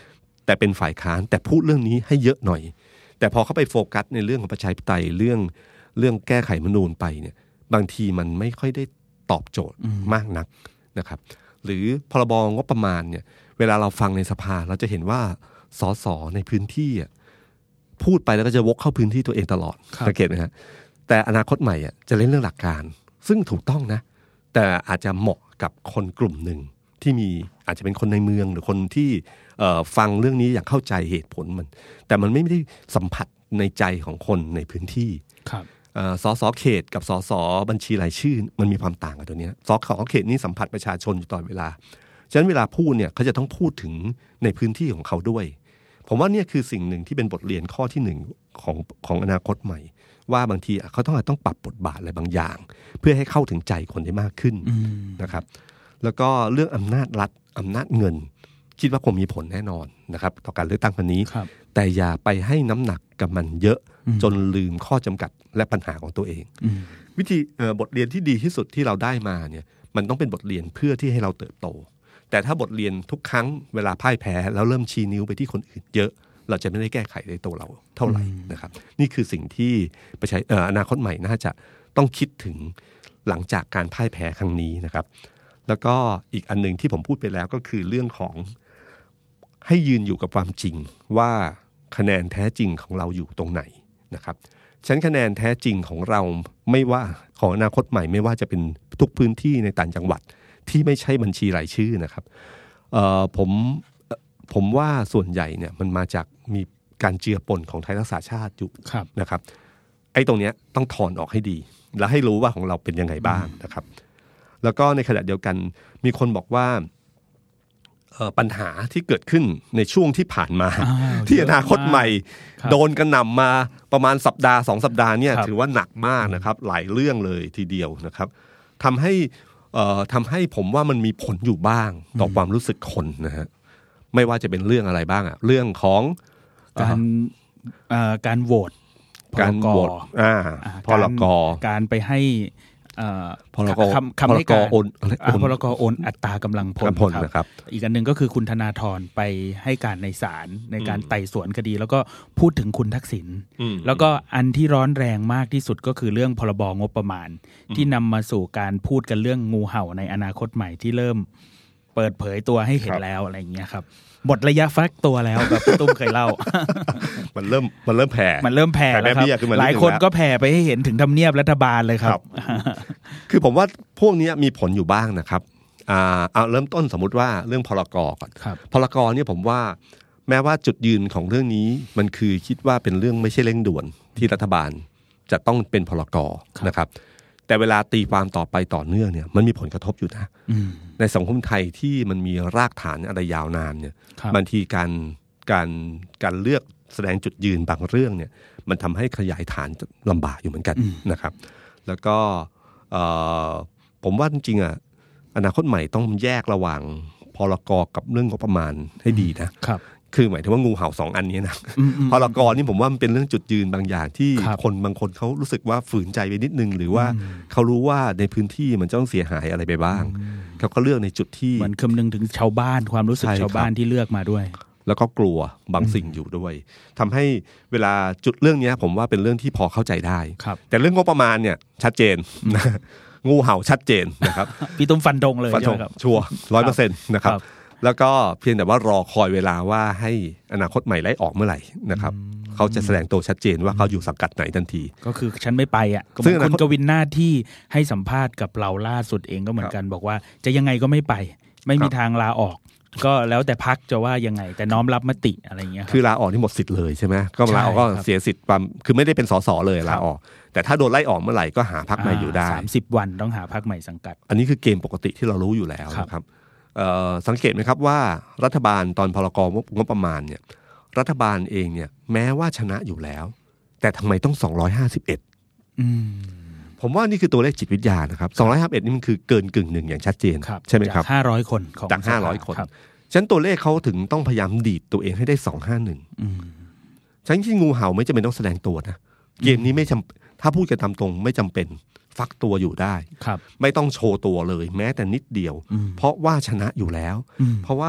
แต่เป็นฝ่ายค้านแต่พูดเรื่องนี้ให้เยอะหน่อยแต่พอเขาไปโฟกัสในเรื่องของประชาธิปไตยเรื่องเรื่องแก้ไขรัฐธรรมนูญไปเนี่ยบางทีมันไม่ค่อยได้ตอบโจทย์มากนักนะครับหรือพรบงบประมาณเนี่ยเวลาเราฟังในสภาเราจะเห็นว่าสสในพื้นที่พูดไปแล้วก็จะวกเข้าพื้นที่ตัวเองตลอดสังเกตไหมฮะแต่อนาคตใหม่อ่ะจะเล่นเรื่องหลักการซึ่งถูกต้องนะแต่อาจจะเหมาะกับคนกลุ่มหนึ่งที่มีอาจจะเป็นคนในเมืองหรือคนที่ฟังเรื่องนี้อย่างเข้าใจเหตุผลมันแต่มันไม่ได้สัมผัสในใจของคนในพื้นที่สสเขตกับสสบัญชีรายชื่อมันมีความต่างกันตัวนี้สสเขตนี่สัมผัสประชาชนอยู่ตลอดเวลาฉะนั้นเวลาพูดเนี่ยเขาจะต้องพูดถึงในพื้นที่ของเขาด้วยผมว่าเนี่ยคือสิ่งหนึ่งที่เป็นบทเรียนข้อที่หนึ่งของของอนาคตใหม่ว่าบางทีเขาต้องต้องปรับบทบาทอะไรบางอย่างเพื่อให้เข้าถึงใจคนได้มากขึ้นนะครับแล้วก็เรื่องอำนาจรัฐอำนาจเงินคิดว่าคงมีผลแน่นอนนะครับต่อการเลือกตั้งครั้งนี้แต่อย่าไปให้น้ำหนักกับมันเยอะจนลืมข้อจำกัดและปัญหาของตัวเองวิธีบทเรียนที่ดีที่สุดที่เราได้มาเนี่ยมันต้องเป็นบทเรียนเพื่อที่ให้เราเติบโตแต่ถ้าบทเรียนทุกครั้งเวลาพ่ายแพ้แล้วเริ่มชี้นิ้วไปที่คนอื่นเยอะเราจะไม่ได้แก้ไขในตัวเราเท่าไหร่นะครับนี่คือสิ่งที่ประชาเอ่ออนาคตใหม่น่าจะต้องคิดถึงหลังจากการพ่ายแพ้ครั้งนี้นะครับแล้วก็อีกอันนึงที่ผมพูดไปแล้วก็คือเรื่องของให้ยืนอยู่กับความจริงว่าคะแนนแท้จริงของเราอยู่ตรงไหนนะครับชั้นคะแนนแท้จริงของเราไม่ว่าของอนาคตใหม่ไม่ว่าจะเป็นทุกพื้นที่ในต่างจังหวัดที่ไม่ใช่บัญชีรายชื่อนะครับเอ่อผมผมว่าส่วนใหญ่เนี่ยมันมาจากมีการเจือปนของไทยรักษาชาติอยู่นะครับไอ้ตรงเนี้ยต้องถอนออกให้ดีแล้วให้รู้ว่าของเราเป็นยังไงบ้างนะครับแล้วก็ในขณะเดียวกันมีคนบอกว่าปัญหาที่เกิดขึ้นในช่วงที่ผ่านมาที่อนาคตใหม่โดนกระหน่ำมาประมาณสัปดาห์สองสัปดาห์เนี่ยถือว่าหนักมากนะครับหลายเรื่องเลยทีเดียวนะครับทำให้ทำให้ผมว่ามันมีผลอยู่บ้างต่อความรู้สึกคนนะฮะไม่ว่าจะเป็นเรื่องอะไรบ้างอะเรื่องของการการโหวตการโหวตพรกการไปให้พรกคำให้การโอนพรกโอนอัตรากำลังพลนะครับอีกอันหนึ่งก็คือคุณธนาธรไปให้การในศาลในการไต่สวนคดีแล้วก็พูดถึงคุณทักษิณแล้วก็อันที่ร้อนแรงมากที่สุดก็คือเรื่องพรบงบประมาณที่นำมาสู่การพูดกันเรื่องงูเห่าในอนาคตใหม่ที่เริ่มเปิดเผยตัวให้เห็นแล้วอะไรอย่างเงี้ยครับหมดระยะฟักตัวแล้วแบบตุ้มเคยเล่ามันเริ่มมันเริ่มแผ่มันเริ่มแผ่แล้วครับหลายคนก็แผ่ไปให้เห็นถึงทำเนียบรัฐบาลเลยครับคือผมว่าพวกนี้มีผลอยู่บ้างนะครับอ่าเอาเริ่มต้นสมมุติว่าเรื่องพรกก่อนพรกเนี่ยผมว่าแม้ว่าจุดยืนของเรื่องนี้มันคือคิดว่าเป็นเรื่องไม่ใช่เร่งด่วนที่รัฐบาลจะต้องเป็นพรกนะครับแต่เวลาตีความต่อไปต่อเนื่องเนี่ยมันมีผลกระทบอยู่นะในสังคมไทยที่มันมีรากฐานอะไรยาวนานเนี่ยบางทีการการการเลือกแสดงจุดยืนบางเรื่องเนี่ยมันทำให้ขยายฐานลำบากอยู่เหมือนกันนะครับแล้วก็ผมว่าจริงๆอ่ะอนาคตใหม่ต้องแยกระหว่างพรกกับเรื่องงบประมาณให้ดีนะครับคือหมายถึงว่างูเห่าสองอันนี้นะพรกนี่ผมว่ามันเป็นเรื่องจุดยืนบางอย่างที่คนบางคนเขารู้สึกว่าฝืนใจไปนิดนึงหรือว่าเขารู้ว่าในพื้นที่มันจะต้องเสียหายอะไรไปบ้างเขาก็เลือกในจุดที่มันคำนึงถึงชาวบ้านความรู้สึกชาวบ้านที่เลือกมาด้วยแล้วก็กลัวบางสิ่งอยู่ด้วยทำให้เวลาจุดเรื่องนี้ผมว่าเป็นเรื่องที่พอเข้าใจได้แต่เรื่องงบประมาณเนี่ยชัดเจนงูเห่าชัดเจนนะครับพี่ตุ้มฟันธงเลยฟันธงชัวร์ร้อยเปอร์เซ็นต์นะครับแล้วก็เพียงแต่ว่ารอคอยเวลาว่าให้อนาคตใหม่ไล่ออกเมื่อไหร่นะครับเขาจะแสดงตัวชัดเจนว่าเขาอยู่สังกัดไหนทันทีก็คือฉันไม่ไปอ่ะซึ่งคุณกวินหน้าที่ให้สัมภาษณ์กับเราล่าสุดเองก็เหมือนกันบอกว่าจะยังไงก็ไม่ไปไม่มีทางลาออกก็แล้วแต่พรรคจะว่ายังไงแต่น้อมรับมติอะไรเงี้ยคือลาออกนี่หมดสิทธิ์เลยใช่ไหมก็ลาออกก็เสียสิทธิ์ความคือไม่ได้เป็นสสเลยลาออกแต่ถ้าโดนไล่ออกเมื่อไหร่ก็หาพรรคใหม่อยู่ได้สามสิบวันต้องหาพรรคใหม่สังกัดอันนี้คือเกมปกติที่เรารู้อยู่แล้วนะครับสังเกตไหมครับว่ารัฐบาลตอนพรกงบประมาณเนี่ยรัฐบาลเองเนี่ยแม้ว่าชนะอยู่แล้วแต่ทำไมต้องสองร้อยห้าสิบเอ็ดอืมผมว่านี่คือตัวเลขจิตวิทยานะครับสองร้อยห้าสิบเอ็ดนี่มันคือเกินกึ่งหนึ่งอย่างชัดเจนใช่ไหมครับจากห้าร้อยคนของจากห้าร้อยคนฉะนั้นตัวเลขเขาถึงต้องพยายามดีดตัวเองให้ได้สองร้อยห้าสิบเอ็ดอืมฉะนั้นที่งูเห่าไม่จำเป็นต้องแสดงตัวนะเกมนี้ไม่จำถ้าพูดกันตามตรงไม่จำเป็นฟักตัวอยู่ได้ไม่ต้องโชว์ตัวเลยแม้แต่นิดเดียวเพราะว่าชนะอยู่แล้วเพราะว่า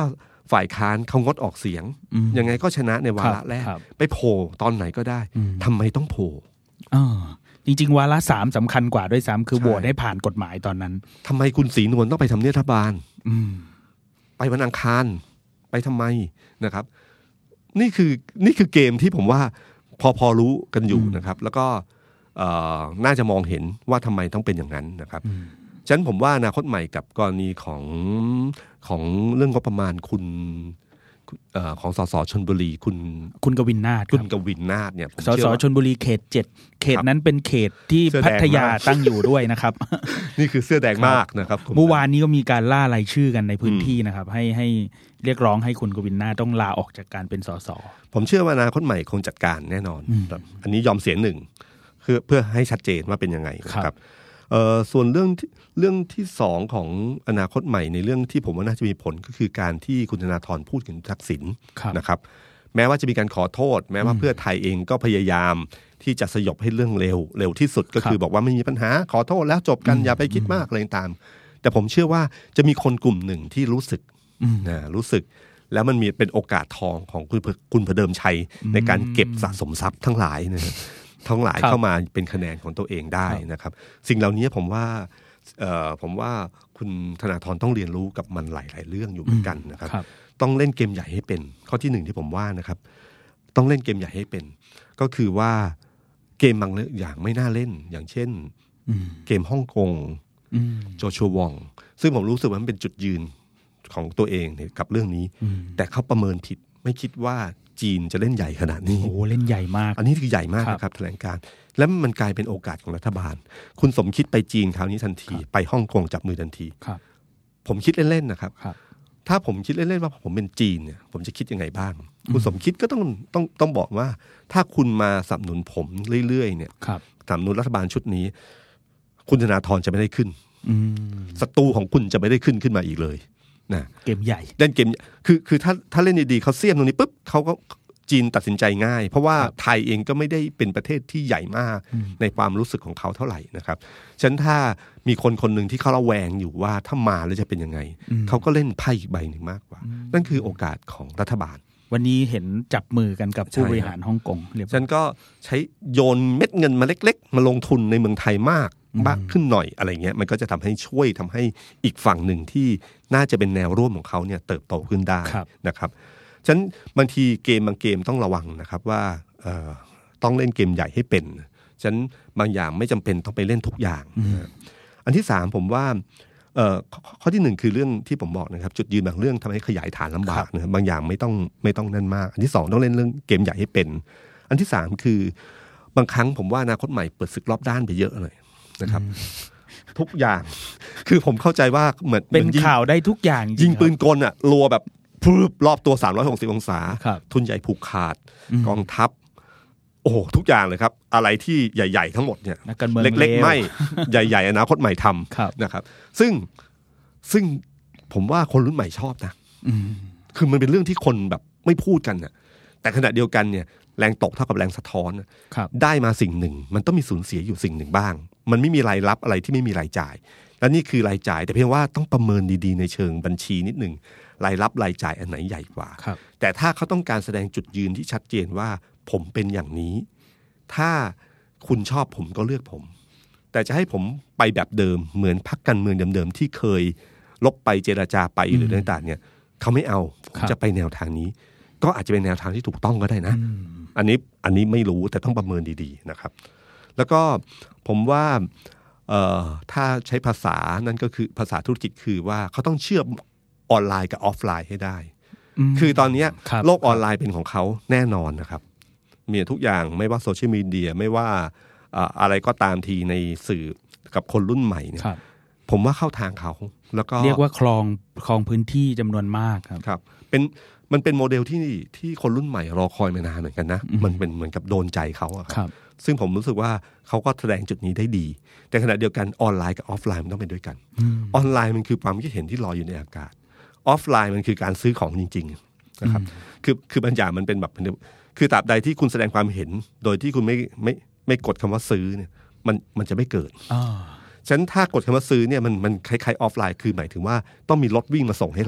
ฝ่ายค้านเขางดออกเสียงยังไงก็ชนะในวาระแรกไปโผล่ตอนไหนก็ได้ทำไมต้องโผล่จริงๆวาระสามสำคัญกว่าด้วยซ้ำคือโหวตให้ผ่านกฎหมายตอนนั้นทำไมคุณศรีนวลต้องไปทำเนียบรัฐบาลไปวันอังคารไปทำไมนะครับนี่คือนี่คือเกมที่ผมว่าพอพอรู้กันอยู่นะครับแล้วก็น่าจะมองเห็นว่าทำไมต้องเป็นอย่างนั้นนะครับฉะนั้นผมว่าอนาคตใหม่กับกรณีของของเรื่องงบประมาณคุณของสสชลบุรีคุณคุณกวินนาถคุณกวินนาถเนี่ยสสชลบุรีเขตเจ็ดเขตนั้นเป็นเขตที่พัทยาตั้งอยู่ด้วยนะครับนี่คือเสื้อแดงมากนะครับเมื่อวานนี้ก็มีการล่ารายชื่อกันในพื้นที่นะครับให้ให้เรียกร้องให้คุณกวินนาถต้องลาออกจากการเป็นสสผมเชื่อว่าอนาคตใหม่คงจัดการแน่นอนอันนี้ยอมเสียหนึ่งเพื่อเพื่อให้ชัดเจนว่าเป็นยังไงนะครับเอ่อส่วนเรื่องเรื่องที่สองของอนาคตใหม่ในเรื่องที่ผมว่าน่าจะมีผลก็คือการที่คุณธนาธรพูดถึงทักษิณนะครับแม้ว่าจะมีการขอโทษแม้ว่าเพื่อไทยเองก็พยายามที่จะสยบให้เรื่องเร็วเร็วที่สุดก็คือบอกว่าไม่มีปัญหาขอโทษแล้วจบกันอย่าไปคิดมากอะไรตามแต่ผมเชื่อว่าจะมีคนกลุ่มหนึ่งที่รู้สึกนะรู้สึกแล้วมันมีเป็นโอกาสทองของคุณคุณพเดิมชัยในการเก็บสะสมทรัพย์ทั้งหลายนะทั้งหลายเข้ามาเป็นคะแนนของตัวเองได้นะครับสิ่งเหล่านี้ผมว่าผมว่าคุณธนาธรต้องเรียนรู้กับมันหลายๆเรื่องอยู่เหมือนกันนะครับต้องเล่นเกมใหญ่ให้เป็นข้อที่หนึ่งที่ผมว่านะครับต้องเล่นเกมใหญ่ให้เป็นก็คือว่าเกมบางอย่างไม่น่าเล่นอย่างเช่นเกมฮ่องกงโจชัววองซึ่งผมรู้สึกว่ามันเป็นจุดยืนของตัวเองเนี่ยกับเรื่องนี้แต่เขาประเมินผิดไม่คิดว่าจีนจะเล่นใหญ่ขนาดนี้โอ้เล่นใหญ่มากอันนี้คือใหญ่มากนะครับแถลงการแล้วมันกลายเป็นโอกาสของรัฐบาลคุณสมคิดไปจีนคราวนี้ทันทีไปฮ่องกงจับมือทันทีผมคิดเล่นๆนะครับถ้าผมคิดเล่นๆว่าผมเป็นจีนเนี่ยผมจะคิดยังไงบ้างคุณสมคิดก็ต้องต้องต้องบอกว่าถ้าคุณมาสนับสนุนผมเรื่อยๆเนี่ยสนับสนุนรัฐบาลชุดนี้คุณธนาธรจะไม่ได้ขึ้นศัตรูของคุณจะไม่ได้ขึ้นขึ้นมาอีกเลยนะเกมใหญ่เล่นเกมคือคือถ้าถ้าเล่นดีๆเขาเสี้ยมตรงนี้ปุ๊บเขาก็จีนตัดสินใจง่ายเพราะว่าไทยเองก็ไม่ได้เป็นประเทศที่ใหญ่มากในความรู้สึกของเขาเท่าไหร่นะครับฉะนั้นถ้ามีคนคนหนึ่งที่เขาระแวงอยู่ว่าถ้ามาแล้วจะเป็นยังไงเขาก็เล่นไพ่อีกใบหนึ่งมากกว่านั่นคือโอกาสของรัฐบาลวันนี้เห็นจับมือกันกับผู้บริหารฮ่องกงเรียบร้อยฉันก็ใช้โยนเม็ดเงินมาเล็กๆมาลงทุนในเมืองไทยมากมากขึ้นหน่อยอะไรเงี้ยมันก็จะทำให้ช่วยทำให้อีกฝั่งหนึ่งที่น่าจะเป็นแนวร่วมของเขาเนี่ยเติบโตขึ้นได้นะครับฉะนั้นบางทีเกมบางเกมต้องระวังนะครับว่าต้องเล่นเกมใหญ่ให้เป็นฉะนั้นบางอย่างไม่จำเป็นต้องไปเล่นทุกอย่างอันที่สามผมว่าข้อที่หนึ่งคือเรื่องที่ผมบอกนะครับจุดยืนบางเรื่องทำให้ขยายฐานลำบากนะบางอย่างไม่ต้องไม่ต้องนั่นมากอันที่สองต้องเล่นเรื่องเกมใหญ่ให้เป็นอันที่สามคือบางครั้งผมว่าอนาคตใหม่เปิดศึกรอบด้านไปเยอะเลยนะครับทุกอย่างคือผมเข้าใจว่าเหมือนเป็นข่าวได้ทุกอย่างยิงปืนกลอ่ะรัวแบบพึบรอบตัวสามร้อยหกสิบองศาทุนใหญ่ผูกขาดกองทัพโอ้ทุกอย่างเลยครับอะไรที่ใหญ่ๆทั้งหมดเนี่ยเล็กๆไม่ใหญ่ๆอนาคตใหม่ทำนะครับซึ่งซึ่งผมว่าคนรุ่นใหม่ชอบนะคือมันเป็นเรื่องที่คนแบบไม่พูดกันน่ะแต่ขณะเดียวกันเนี่ยแรงตกเท่ากับแรงสะท้อนได้มาสิ่งหนึ่งมันต้องมีสูญเสียอยู่สิ่งหนึ่งบ้างมันไม่มีรายรับอะไรที่ไม่มีรายจ่ายและนี่คือรายจ่ายแต่เพียงว่าต้องประเมินดีๆในเชิงบัญชีนิดหนึ่งรายรับรายจ่ายอันไหนใหญ่กว่าแต่ถ้าเขาต้องการแสดงจุดยืนที่ชัดเจนว่าผมเป็นอย่างนี้ถ้าคุณชอบผมก็เลือกผมแต่จะให้ผมไปแบบเดิมเหมือนพรรคการเมืองเดิมๆที่เคยลบไปเจรจาไปหรือต่างๆเนี่ยเขาไม่เอาจะไปแนวทางนี้ก็อาจจะเป็นแนวทางที่ถูกต้องก็ได้นะอันนี้อันนี้ไม่รู้แต่ต้องประเมินดีๆนะครับแล้วก็ผมว่าถ้าใช้ภาษานั่นก็คือภาษาธุรกิจคือว่าเขาต้องเชื่อมออนไลน์กับออฟไลน์ให้ได้คือตอนนี้โลกออนไลน์เป็นของเขาแน่นอนนะครับมีทุกอย่างไม่ว่าโซเชียลมีเดียไม่ว่าอะไรก็ตามทีในสื่อกับคนรุ่นใหม่เนี่ยผมว่าเข้าทางเขาแล้วก็เรียกว่าครองครองพื้นที่จำนวนมากครับครับเป็นมันเป็นโมเดลที่ที่คนรุ่นใหม่รอคอยมานานเหมือนกันนะมันเป็นเหมือนกับโดนใจเขาอะครับซึ่งผมรู้สึกว่าเขาก็แสดงจุดนี้ได้ดีแต่ขณะเดียวกันออนไลน์กับออฟไลน์มันต้องเป็นด้วยกันออนไลน์มันคือความคิดเห็นที่ลอยอยู่ในอากาศออฟไลน์มันคือการซื้อของจริงๆนะครับคือคือบางอย่างมันเป็นแบบคือตราบใดที่คุณแสดงความเห็นโดยที่คุณไม่ไม่ไม่กดคำว่าซื้อเนี่ยมันมันจะไม่เกิดฉะนั้นถ้ากดคำว่าซื้อเนี่ยมันมันคล้ายๆออฟไลน์คือหมายถึงว่าต้องมีรถวิ่งมาส่งให้เรา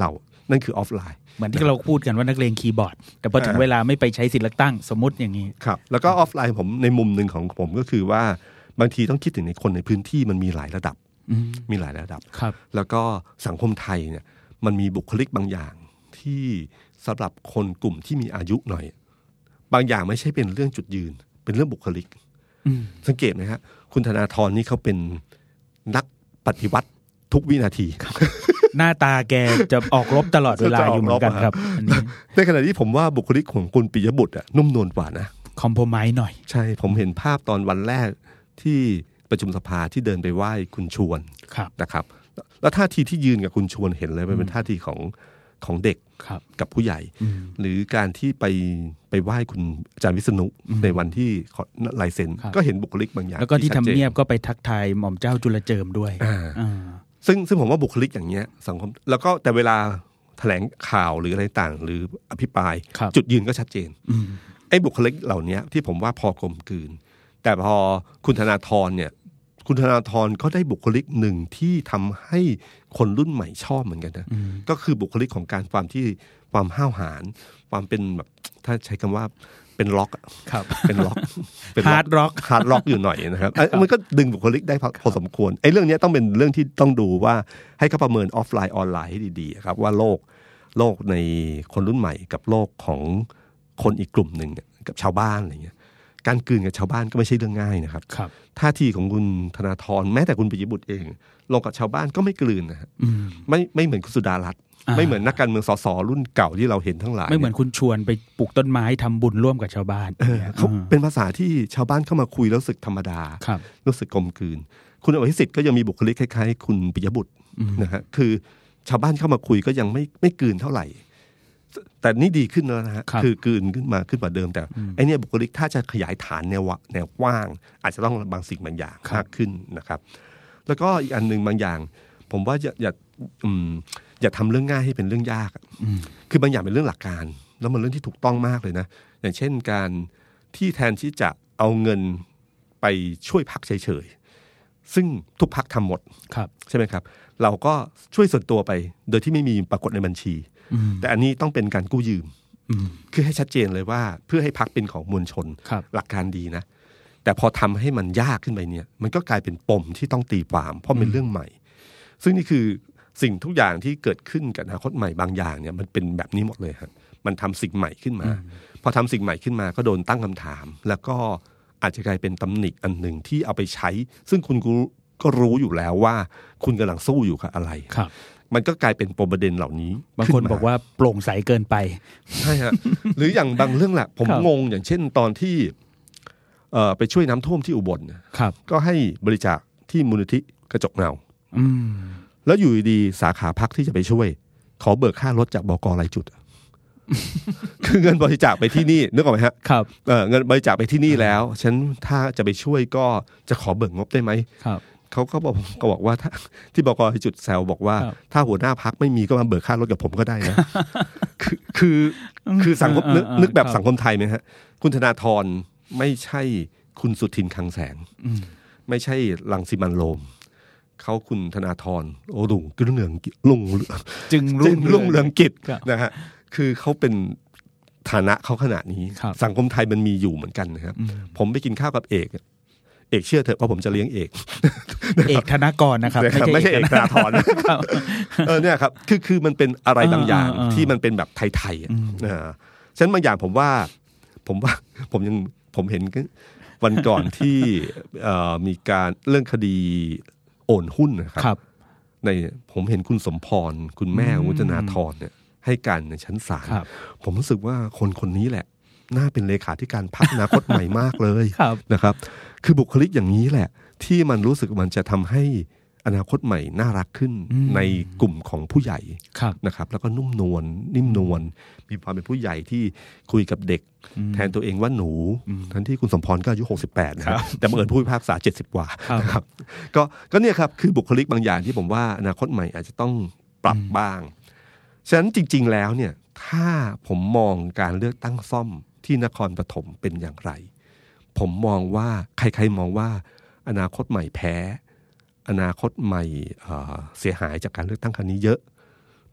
นั่นคือออฟไลน์เหมือนที่เราพูดกันว่านักเลงคีย์บอร์ดแต่พอถึงเวลาไม่ไปใช้สิทธิ์เลือกตั้งสมมติอย่างนี้ครับแล้วก็ออฟไลน์ผมในมุมหนึ่งของผมก็คือว่าบางทีต้องคิดถึงในคนในพื้นที่มันมีหลายระดับมีหลายระดับแล้วก็สังคมไทยเนี่ยมันมีบุคลิกบางอย่างที่สำหรับคนกลุ่มที่มีอายุหน่อยบางอย่างไม่ใช่เป็นเรื่องจุดยืนเป็นเรื่องบุคลิกสังเกตไหมครับคุณธนาธรนี่เขาเป็นนักปฏิวัติทุกวินาทีหน้าตาแกจะออกรบตลอดเวลาอยู่เหมือนกันครับในขณะที่ผมว่าบุคลิกของคุณปิยบุตรอะนุ่มนวลกว่านะคอมโพไมซ์หน่อยใช่ผมเห็นภาพตอนวันแรกที่ประชุมสภาที่เดินไปไหว้คุณชวนนะครับแล้วท่าทีที่ยืนกับคุณชวนเห็นเลยมันเป็นท่าทีของของเด็กกับผู้ใหญ่หรือการที่ไปไปไหว้คุณอาจารย์วิษณุในวันที่ลายเซ็นก็เห็นบุคลิกบางอย่างแล้วก็ที่ทำเนียบก็ไปทักทายหม่อมเจ้าจุลเจิมด้วยซึ่งซึ่งผมว่าบุคลิกอย่างเงี้ยสังคมแล้วก็แต่เวลาแถลงข่าวหรืออะไรต่างหรืออภิปรายจุดยืนก็ชัดเจนไอ้บุคลิกเหล่านี้ที่ผมว่าพอกลมกลืนแต่พอคุณธนาธรเนี่ยคุณธนาธรก็ได้บุคลิกหนึ่งที่ทำให้คนรุ่นใหม่ชอบเหมือนกันนะก็คือบุคลิกของการความที่ความห้าวหาญความเป็นแบบถ้าใช้คำว่าเป็นล็อกเป็นล็อกเป็นฮาร์ดล็อกฮาร์ดล็อกอยู่หน่อยนะครับมันก็ดึงบุคลิกได้พอสมควรไอ้เรื่องนี้ต้องเป็นเรื่องที่ต้องดูว่าให้เขาประเมินออฟไลน์ออนไลน์ให้ดีๆครับว่าโลกโลกในคนรุ่นใหม่กับโลกของคนอีกกลุ่มหนึ่งกับชาวบ้านอะไรเงี้ยการกลืนกับชาวบ้านก็ไม่ใช่เรื่องง่ายนะครับท่าทีของคุณธนาธรแม้แต่คุณปิยบุตรเองลงกับชาวบ้านก็ไม่กลืนนะไม่ไม่เหมือนคุณสุดารัตน์ไม่เหมือนนักการเมืองสสรุ่นเก่าที่เราเห็นทั้งหลายไม่เหมือนคุณชวนไปปลูกต้นไม้ทำบุญร่วมกับชาวบ้านเขาเป็นภาษาที่ชาวบ้านเข้ามาคุยแล้วรู้สึกธรรมดารู้สึกกลมกลืนคุณอภิสิทธิ์ก็ยังมีบุคลิกคล้ายๆคุณปิยบุตรนะฮะคือชาวบ้านเข้ามาคุยก็ยังไม่ไม่กลืนเท่าไหร่แต่นี่ดีขึ้นแล้วนะฮะคือกลืนขึ้นมาขึ้นกว่าเดิมแต่ไอเนี่ยบุคลิกถ้าจะขยายฐานแนวแนวกว้างอาจจะต้องบางสิ่งบางอย่างมากขึ้นนะครับแล้วก็อีกอันนึงบางอย่างผมว่าอย่าอย่าอย่าทำเรื่องง่ายให้เป็นเรื่องยากคือบางอย่างเป็นเรื่องหลักการแล้วมันเรื่องที่ถูกต้องมากเลยนะอย่างเช่นการที่แทนที่จะเอาเงินไปช่วยพรรคเฉยๆซึ่งทุกพรรคทำหมดใช่ไหมครับเราก็ช่วยส่วนตัวไปโดยที่ไม่มีปรากฏในบัญชีแต่อันนี้ต้องเป็นการกู้ยืมคือให้ชัดเจนเลยว่าเพื่อให้พรรคเป็นของมวลชนหลักการดีนะแต่พอทำให้มันยากขึ้นไปเนี่ยมันก็กลายเป็นปมที่ต้องตีความเพราะเป็นเรื่องใหม่ซึ่งนี่คือสิ่งทุกอย่างที่เกิดขึ้นกับอนาคตใหม่บางอย่างเนี่ยมันเป็นแบบนี้หมดเลยครับมันทำสิ่งใหม่ขึ้นมาพอทำสิ่งใหม่ขึ้นมาก็โดนตั้งคำถามแล้วก็อาจจะกลายเป็นตำหนิอันหนึ่งที่เอาไปใช้ซึ่งคุณก็รู้อยู่แล้วว่าคุณกำลังสู้อยู่กับอะไรมันก็กลายเป็นปมประเด็นเหล่านี้บางคนบอกว่าโปร่งใสเกินไปใช่ฮะหรืออย่างบางเรื่องแหละผมงงอย่างเช่นตอนที่ไปช่วยน้ำท่วมที่อุบลก็ให้บริจาคที่มูลนิธิกระจกเงาแล้วอยู่ดีสาขาพรรคที่จะไปช่วยขอเบิกค่ารถจากบก.รายจุดคือเงินบริจาคไปที่นี่นึกออกไหมฮะครับเงินบริจาคไปที่นี่แล้วฉันถ้าจะไปช่วยก็จะขอเบิกงบได้ไหมเขาก็บอกก็บอกว่าที่บก.จุดแซวบอกว่าถ้าหัวหน้าพรรคไม่มีก็มาเบิกค่ารถกับผมก็ได้นะคือคือคือสังคมนึกแบบสังคมไทยไหมฮะคุณธนาธรไม่ใช่คุณสุทินคลังแสงไม่ใช่รังสิมันต์โรมเขาคุณธนาธรโอ้ดุงรุ่งเรืองลุงจึงรุ่งเรืองกิจนะฮะคือเขาเป็นฐานะเขาขนาดนี้สังคมไทยมันมีอยู่เหมือนกันนะครับผมไปกินข้าวกับเอกเอกเชื่อเถอะว่าผมจะเลี้ยงเอกเอกธนากรนะครับไม่ใช่เอกธนาธรเออเนี่ยครับคือคือมันเป็นอะไรบางอย่างที่มันเป็นแบบไทยๆนะฉะนั้นบางอย่างผมว่าผมว่าผมยังผมเห็นวันก่อนที่มีการเรื่องคดีโอนหุ้นนะครับในผมเห็นคุณสมพรคุณแม่ของคุณธนาธรเนี่ยให้การในชั้นศาลผมรู้สึกว่าคนคนนี้แหละน่าเป็นเลขาธิการพรรคอนาคตใหม่มากเลยนะครับคือบุคลิกอย่างนี้แหละที่มันรู้สึกมันจะทำให้อนาคตใหม่น่ารักขึ้นในกลุ่มของผู้ใหญ่นะครับแล้วก็นุ่มนวลนิ่มนวลมีความเป็นผู้ใหญ่ที่คุยกับเด็กแทนตัวเองว่าหนูทั้งที่คุณสมพรก็อายุหกสิบแปดนะครับแต่บังเอิญผู้พิพากษาเจ็ดสิบกว่านะครับก็ก็เนี่ยครับคือบุคลิกบางอย่างที่ผมว่าอนาคตใหม่อาจจะต้องปรับบ้างฉะนั้นจริงๆแล้วเนี่ยถ้าผมมองการเลือกตั้งซ่อมที่นครปฐมเป็นอย่างไรผมมองว่าใครๆมองว่าอนาคตใหม่แพ้อนาคตใหม่ เอ่อ เสียหายจากการเลือกตั้งครั้งนี้เยอะไป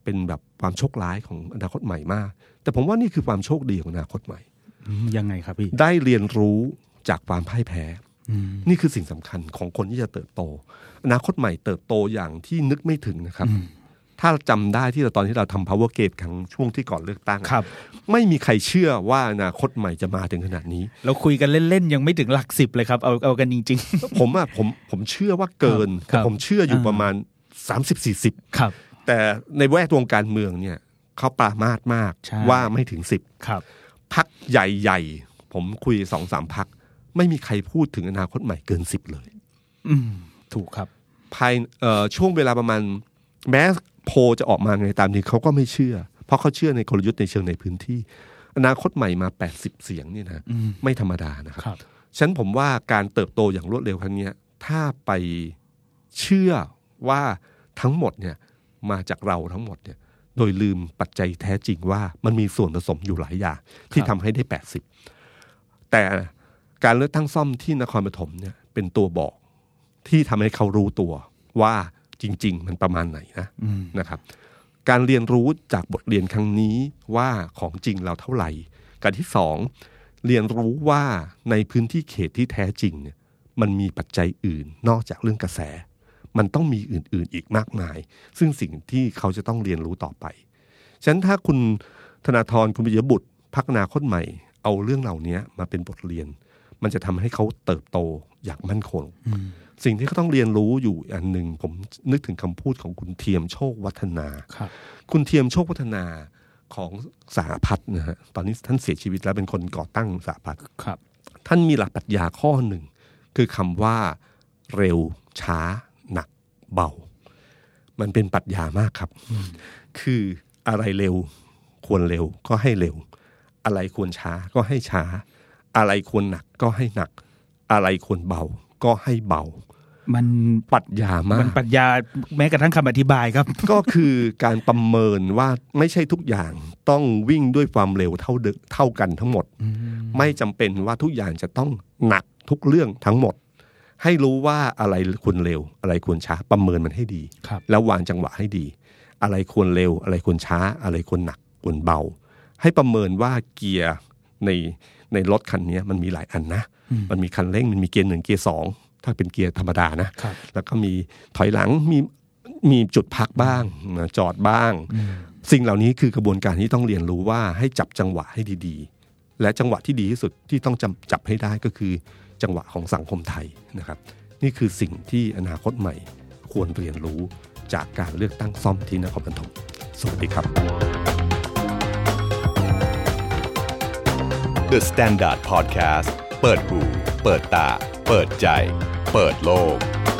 เป็นแบบความโชคร้ายของอนาคตใหม่มากแต่ผมว่านี่คือความโชคดีของอนาคตใหม่ยังไงครับพี่ได้เรียนรู้จากความพ่ายแพ้นี่คือสิ่งสำคัญของคนที่จะเติบโตอนาคตใหม่เติบโตอย่างที่นึกไม่ถึงนะครับถ้าจำได้ที่เราตอนที่เราทำ Power Gate ครั้งช่วงที่ก่อนเลือกตั้งไม่มีใครเชื่อว่าอนาคตใหม่จะมาถึงขนาดนี้เราคุยกันเล่นๆยังไม่ถึงหลักสิบเลยครับเอาเอากันจริงๆ ผมอ่ะผมผมเชื่อว่าเกินแต่ผมเชื่ออยู่ประมาณ สามสิบสี่สิบครับแต่ในแวดวงการเมืองเนี่ยเขาปรามาสมากว่าไม่ถึงสิบครับพรรคใหญ่ๆผมคุย สองสาม พรรคไม่มีใครพูดถึงอนาคตใหม่เกินสิบเลยอืมถูกครับภายเอ่อช่วงเวลาประมาณแม้โพลจะออกมาไงตามนี้เขาก็ไม่เชื่อเพราะเขาเชื่อในกลยุทธ์ในเชิงในพื้นที่อนาคตใหม่มาแปดสิบเสียงนี่นะไม่ธรรมดานะครับฉะนั้นผมว่าการเติบโตอย่างรวดเร็วครั้งนี้ถ้าไปเชื่อว่าทั้งหมดเนี่ยมาจากเราทั้งหมดเนี่ยโดยลืมปัจจัยแท้จริงว่ามันมีส่วนผสมอยู่หลายอย่างที่ทำให้ได้แปดสิบแต่การเลือกตั้งซ่อมที่นครปฐมเนี่ยเป็นตัวบอกที่ทำให้เขารู้ตัวว่าจริงๆมันประมาณไหนนะนะครับการเรียนรู้จากบทเรียนครั้งนี้ว่าของจริงเราเท่าไหร่การที่สองเรียนรู้ว่าในพื้นที่เขตที่แท้จริงเนี่ยมันมีปัจจัยอื่นนอกจากเรื่องกระแสมันต้องมีอื่นๆอีกมากมายซึ่งสิ่งที่เขาจะต้องเรียนรู้ต่อไปฉะนั้นถ้าคุณธนาธรคุณปิยบุตรพรรคอนาคตใหม่เอาเรื่องเหล่านี้มาเป็นบทเรียนมันจะทำให้เขาเติบโตอย่างมั่นคงสิ่งที่เขาต้องเรียนรู้อยู่อันหนึ่งผมนึกถึงคำพูดของคุณเทียมโชควัฒนาครับคุณเทียมโชควัฒนาของสหพัฒน์นะฮะตอนนี้ท่านเสียชีวิตแล้วเป็นคนก่อตั้งสหพัฒน์ท่านมีหลักปรัชญาข้อหนึ่งคือคำว่าเร็วช้าหนักเบามันเป็นปรัชญามากครับคืออะไรเร็วควรเร็วก็ให้เร็วอะไรควรช้าก็ให้ช้าอะไรควรหนักก็ให้หนักอะไรควรเบาก็ให้เบามันปรัชญามากมันปรัชญาแม้กระทั่งคำอธิบายครับก็คือการประเมินว่าไม่ใช่ทุกอย่างต้องวิ่งด้วยความเร็วเท่าเดิมเท่ากันทั้งหมดไม่จำเป็นว่าทุกอย่างจะต้องหนักทุกเรื่องทั้งหมดให้รู้ว่าอะไรควรเร็วอะไรควรช้าประเมินมันให้ดีแล้ววางจังหวะให้ดีอะไรควรเร็วอะไรควรช้าอะไรควรหนักควรเบาให้ประเมินว่าเกียร์ในในรถคันนี้มันมีหลายอันนะมันมีคันเร่งมันมีเกียร์หนึ่งเกียร์สองถ้าเป็นเกียร์ธรรมดานะแล้วก็มีถอยหลังมีมีจุดพักบ้างจอดบ้างสิ่งเหล่านี้คือกระบวนการที่ต้องเรียนรู้ว่าให้จับจังหวะให้ดีๆและจังหวะที่ดีที่สุดที่ต้องจับให้ได้ก็คือจังหวะของสังคมไทยนะครับนี่คือสิ่งที่อนาคตใหม่ควรเรียนรู้จากการเลือกตั้งซ่อมที่นครปฐมสวัสดีครับ The Standard Podcast เปิดหูเปิดตาเปิดใจเปิดโลก